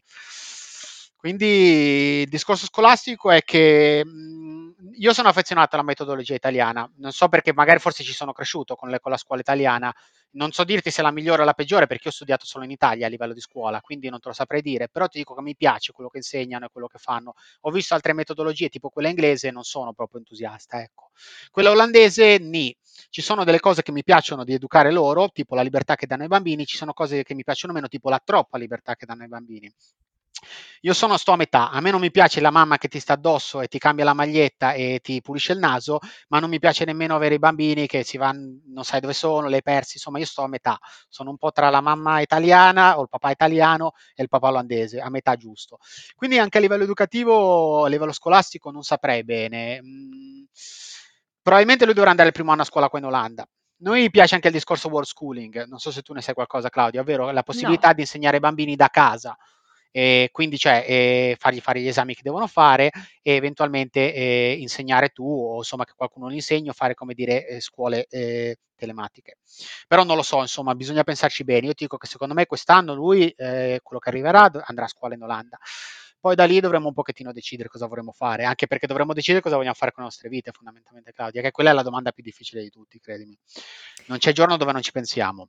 Quindi il discorso scolastico è che io sono affezionato alla metodologia italiana, non so perché magari forse ci sono cresciuto con la scuola italiana, non so dirti se è la migliore o la peggiore perché io ho studiato solo in Italia a livello di scuola, quindi non te lo saprei dire, però ti dico che mi piace quello che insegnano e quello che fanno. Ho visto altre metodologie, tipo quella inglese, e non sono proprio entusiasta, ecco. Quella olandese, ni. Ci sono delle cose che mi piacciono di educare loro, tipo la libertà che danno ai bambini, ci sono cose che mi piacciono meno, tipo la troppa libertà che danno ai bambini. Io sto a metà, a me non mi piace la mamma che ti sta addosso e ti cambia la maglietta e ti pulisce il naso, ma non mi piace nemmeno avere i bambini che si vanno, non sai dove sono, li hai persi, insomma io sto a metà, sono un po' tra la mamma italiana o il papà italiano e il papà olandese, a metà giusto. Quindi anche a livello educativo, a livello scolastico non saprei bene. Probabilmente lui dovrà andare il primo anno a scuola qua in Olanda. Noi piace anche il discorso world schooling, non so se tu ne sai qualcosa Claudio, ovvero la No. possibilità di insegnare ai bambini da casa, quindi cioè, fargli fare gli esami che devono fare e eventualmente insegnare tu o insomma che qualcuno li insegni o fare come dire scuole telematiche. Però non lo so, insomma, bisogna pensarci bene. Io ti dico che secondo me quest'anno lui, quello che arriverà, andrà a scuola in Olanda. Poi da lì dovremo un pochettino decidere cosa vorremmo fare, anche perché dovremmo decidere cosa vogliamo fare con le nostre vite, fondamentalmente, Claudia, che quella è la domanda più difficile di tutti, credimi. Non c'è giorno dove non ci pensiamo.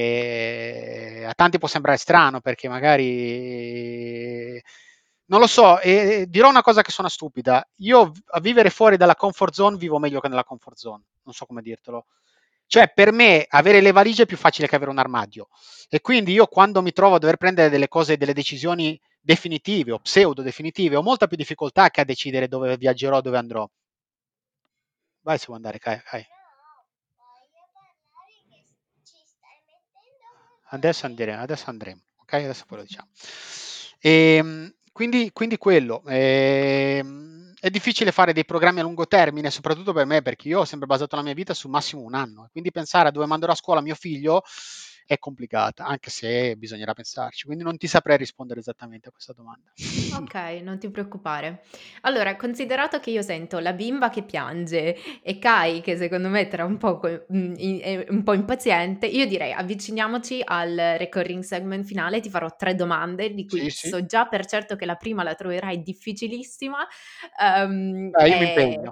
E a tanti può sembrare strano perché magari non lo so, dirò una cosa che suona stupida. Io a vivere fuori dalla comfort zone vivo meglio che nella comfort zone. Non so come dirtelo. Cioè, per me avere le valigie è più facile che avere un armadio. E quindi io quando mi trovo a dover prendere delle cose, delle decisioni definitive o pseudo definitive, ho molta più difficoltà che a decidere dove viaggerò, dove andrò. Vai se vuoi andare, Kai. No, voglio parlare che ci stai mettendo Adesso andremo, ok? Adesso poi lo diciamo. Quindi quello. È difficile fare dei programmi a lungo termine, soprattutto per me, perché io ho sempre basato la mia vita su massimo un anno. Quindi pensare a dove manderò a scuola mio figlio è complicata, anche se bisognerà pensarci. Quindi non ti saprei rispondere esattamente a questa domanda. Okay, non ti preoccupare. Allora, considerato che io sento la bimba che piange e Kai che secondo me tra un poco, è un po' impaziente, io direi avviciniamoci al recurring segment finale, ti farò 3 domande di Sì, cui sì. so già per certo che la prima la troverai difficilissima, Io mi impegno.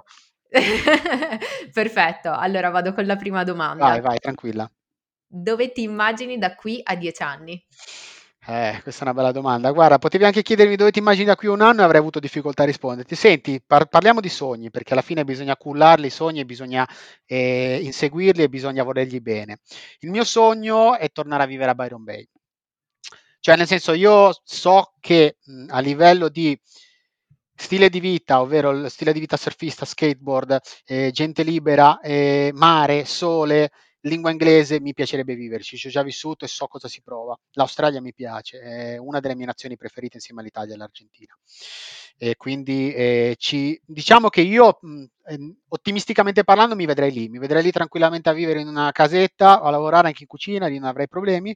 perfetto, allora vado con la prima Vai, domanda. vai, tranquilla. Dove ti immagini da qui a 10 anni? Questa è una bella domanda. Guarda, potevi anche chiedermi dove ti immagini da qui a un anno e avrei avuto difficoltà a risponderti. Senti, parliamo di sogni, perché alla fine bisogna cullarli i sogni e bisogna inseguirli e bisogna volergli bene. Il mio sogno è tornare a vivere a Byron Bay. Cioè, nel senso, io so che a livello di stile di vita, ovvero il stile di vita surfista, skateboard, gente libera, mare, sole, lingua inglese, mi piacerebbe viverci. Ci ho già vissuto e so cosa si prova. L'Australia mi piace, è una delle mie nazioni preferite insieme all'Italia e all'Argentina. E quindi diciamo che io, ottimisticamente parlando, mi vedrei lì tranquillamente a vivere in una casetta, a lavorare anche in cucina, lì non avrei problemi.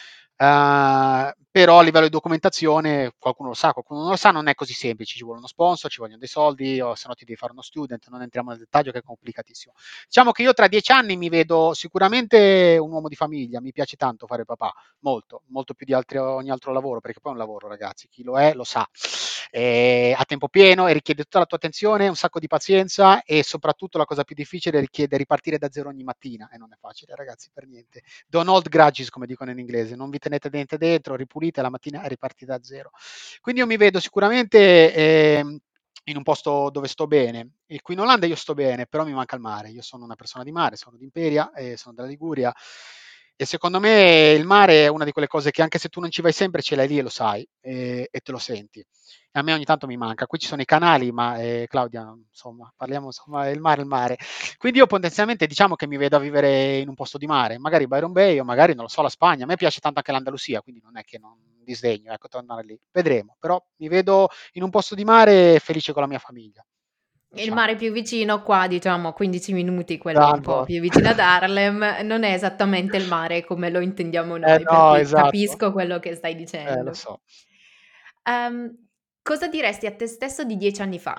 Però a livello di documentazione qualcuno lo sa, qualcuno non lo sa, non è così semplice, ci vuole uno sponsor, ci vogliono dei soldi, o se no ti devi fare uno student, non entriamo nel dettaglio che è complicatissimo. Diciamo che io tra 10 anni mi vedo sicuramente un uomo di famiglia, mi piace tanto fare papà, molto, molto più di ogni altro lavoro, perché poi è un lavoro ragazzi, chi lo è lo sa, a tempo pieno e richiede tutta la tua attenzione, un sacco di pazienza e soprattutto la cosa più difficile richiede ripartire da zero ogni mattina e non è facile ragazzi per niente. Don't hold grudges, come dicono in inglese, non vi tenete niente dentro, ripulite la mattina e ripartite da zero. Quindi io mi vedo sicuramente in un posto dove sto bene. E qui in Olanda io sto bene, però mi manca il mare. Io sono una persona di mare, sono di Imperia, sono della Liguria. E secondo me il mare è una di quelle cose che anche se tu non ci vai sempre ce l'hai lì e lo sai e te lo senti. A me ogni tanto mi manca. Qui ci sono i canali, ma Claudia, insomma, parliamo insomma, il mare, il mare. Quindi io potenzialmente diciamo che mi vedo a vivere in un posto di mare, magari Byron Bay o magari, non lo so, la Spagna. A me piace tanto anche l'Andalusia, quindi non è che non disdegno, ecco, tornare lì. Vedremo, però mi vedo in un posto di mare felice con la mia famiglia, Il diciamo. mare più vicino qua, diciamo 15 minuti, quello un po' Salvo. più vicino ad Harlem, non è esattamente il mare come lo intendiamo Eh noi, per no, cui esatto. capisco quello che stai Lo dicendo. so. Cosa diresti a te stesso di 10 anni fa?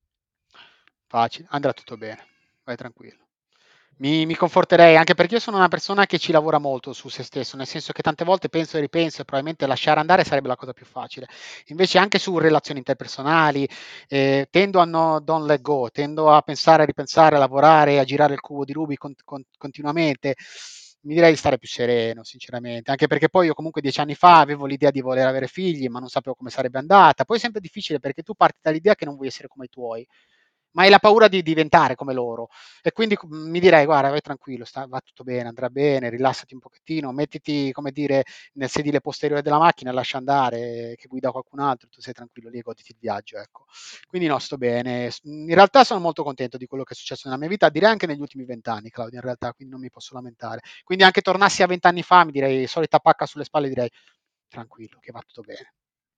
Facile, andrà tutto bene, vai tranquillo. Mi conforterei, anche perché io sono una persona che ci lavora molto su se stesso, nel senso che tante volte penso e ripenso e probabilmente lasciare andare sarebbe la cosa più facile. Invece anche su relazioni interpersonali, tendo a don't let go, tendo a pensare, a ripensare, a lavorare, a girare il cubo di Rubik continuamente. Mi direi di stare più sereno, sinceramente, anche perché poi io comunque 10 anni fa avevo l'idea di voler avere figli, ma non sapevo come sarebbe andata. Poi è sempre difficile perché tu parti dall'idea che non vuoi essere come i tuoi, ma hai la paura di diventare come loro. E quindi mi direi, guarda, vai tranquillo, va tutto bene, andrà bene, rilassati un pochettino, mettiti, come dire, nel sedile posteriore della macchina, lascia andare, che guida qualcun altro, tu sei tranquillo lì e goditi il viaggio, ecco. Quindi no, sto bene. In realtà sono molto contento di quello che è successo nella mia vita, direi anche negli ultimi 20 anni, Claudia, in realtà, quindi non mi posso lamentare. Quindi anche tornassi a 20 anni fa, mi direi, solita pacca sulle spalle, direi, tranquillo, che va tutto bene.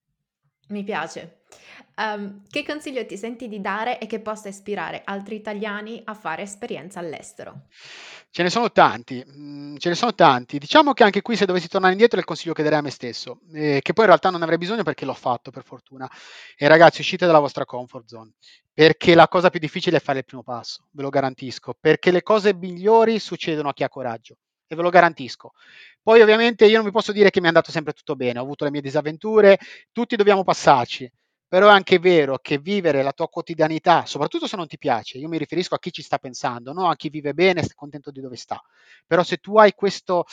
Mi piace. Che consiglio ti senti di dare e che possa ispirare altri italiani a fare esperienza all'estero? Ce ne sono tanti, ce ne sono tanti. Diciamo che anche qui se dovessi tornare indietro è il consiglio che darei a me stesso, che poi in realtà non avrei bisogno perché l'ho fatto per fortuna. E ragazzi, uscite dalla vostra comfort zone, perché la cosa più difficile è fare il primo passo, ve lo garantisco, perché le cose migliori succedono a chi ha coraggio, e ve lo garantisco. Poi ovviamente io non vi posso dire che mi è andato sempre tutto bene, ho avuto le mie disavventure, tutti dobbiamo passarci. Però è anche vero che vivere la tua quotidianità, soprattutto se non ti piace, io mi riferisco a chi ci sta pensando, no? A chi vive bene e sta contento di dove sta. Però se tu hai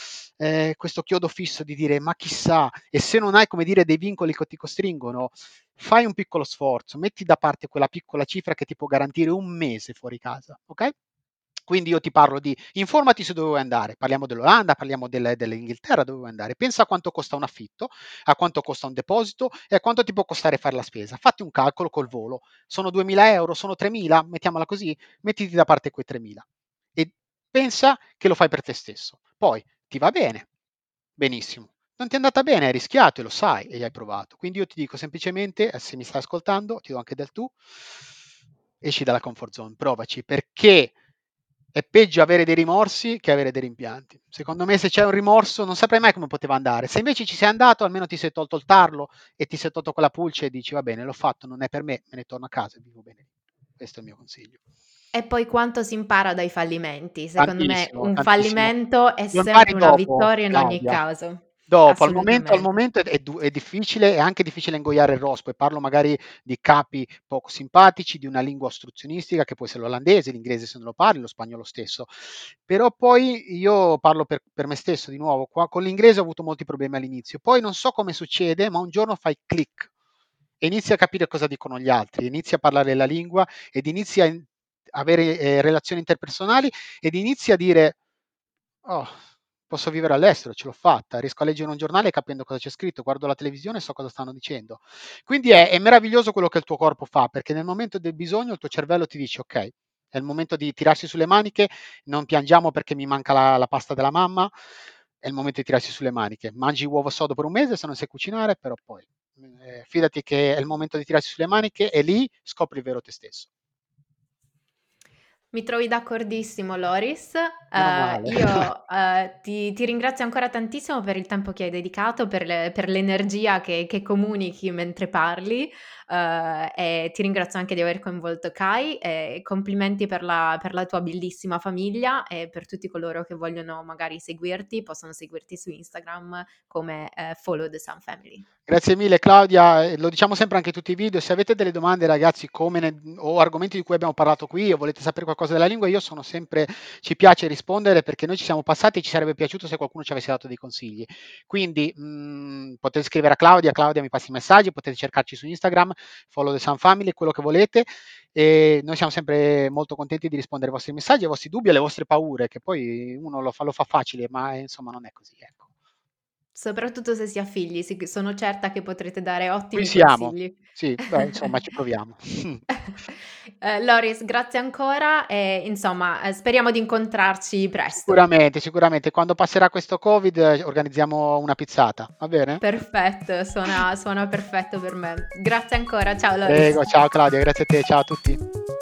questo chiodo fisso di dire ma chissà, e se non hai come dire dei vincoli che ti costringono, fai un piccolo sforzo, metti da parte quella piccola cifra che ti può garantire un mese fuori casa, ok? Quindi io ti parlo di informati su dove vuoi andare, parliamo dell'Olanda, parliamo dell'Inghilterra, dove vuoi andare, pensa a quanto costa un affitto, a quanto costa un deposito e a quanto ti può costare fare la spesa. Fatti un calcolo col volo, sono 2.000 euro, sono 3.000, mettiamola così, mettiti da parte quei 3.000 e pensa che lo fai per te stesso. Poi ti va bene, benissimo. Non ti è andata bene, hai rischiato e lo sai e hai provato. Quindi io ti dico semplicemente, se mi stai ascoltando, ti do anche del tu, esci dalla comfort zone, provaci, perché è peggio avere dei rimorsi che avere dei rimpianti. Secondo me se c'è un rimorso non saprai mai come poteva andare. Se invece ci sei andato, almeno ti sei tolto il tarlo e ti sei tolto quella pulce e dici va bene, l'ho fatto, non è per me ne torno a casa e vivo bene. Questo è il mio consiglio. E poi quanto si impara dai fallimenti. Secondo me Tantissimo, un tantissimo. fallimento è Lo impari sempre una dopo, vittoria in ogni Claudia. caso. Dopo, al Assolutamente. momento è difficile, è anche difficile ingoiare il rospo e parlo magari di capi poco simpatici, di una lingua ostruzionistica che può essere l'olandese, l'inglese se non lo parli, lo spagnolo stesso. Però poi io parlo per me stesso di nuovo, qua con l'inglese ho avuto molti problemi all'inizio, poi non so come succede, ma un giorno fai click e inizi a capire cosa dicono gli altri, inizi a parlare la lingua ed inizi a avere relazioni interpersonali ed inizi a dire, oh, posso vivere all'estero, ce l'ho fatta, riesco a leggere un giornale capendo cosa c'è scritto, guardo la televisione e so cosa stanno dicendo. Quindi è meraviglioso quello che il tuo corpo fa, perché nel momento del bisogno il tuo cervello ti dice, ok, è il momento di tirarsi sulle maniche, non piangiamo perché mi manca la pasta della mamma, è il momento di tirarsi sulle maniche. Mangi uovo sodo per un mese se non sai cucinare, però poi fidati che è il momento di tirarsi sulle maniche e lì scopri il vero te stesso. Mi trovi d'accordissimo, Loris. Meno male. Io ti ringrazio ancora tantissimo per il tempo che hai dedicato, per l'energia che comunichi mentre parli, e ti ringrazio anche di aver coinvolto Kai e complimenti per la tua bellissima famiglia e per tutti coloro che vogliono magari seguirti, possono seguirti su Instagram come Follow the Sun Family. Grazie mille Claudia, lo diciamo sempre anche in tutti i video, se avete delle domande ragazzi o argomenti di cui abbiamo parlato qui o volete sapere qualcosa della lingua, io sono sempre, ci piace rispondere perché noi ci siamo passati e ci sarebbe piaciuto se qualcuno ci avesse dato dei consigli. Quindi potete scrivere a Claudia, Claudia mi passi i messaggi, potete cercarci su Instagram, Follow the Sun Family, quello che volete e noi siamo sempre molto contenti di rispondere ai vostri messaggi, ai vostri dubbi, alle vostre paure, che poi uno lo fa facile, ma insomma non è così, ecco. Soprattutto se si ha figli, sono certa che potrete dare Qui ottimi siamo. consigli. Sì, beh, insomma ci proviamo. Loris, grazie ancora e insomma, speriamo di incontrarci presto. Sicuramente, sicuramente. Quando passerà questo Covid organizziamo una pizzata, va bene? Perfetto, suona perfetto per me. Grazie ancora, ciao Loris. Prego, ciao Claudia, grazie a te, ciao a tutti.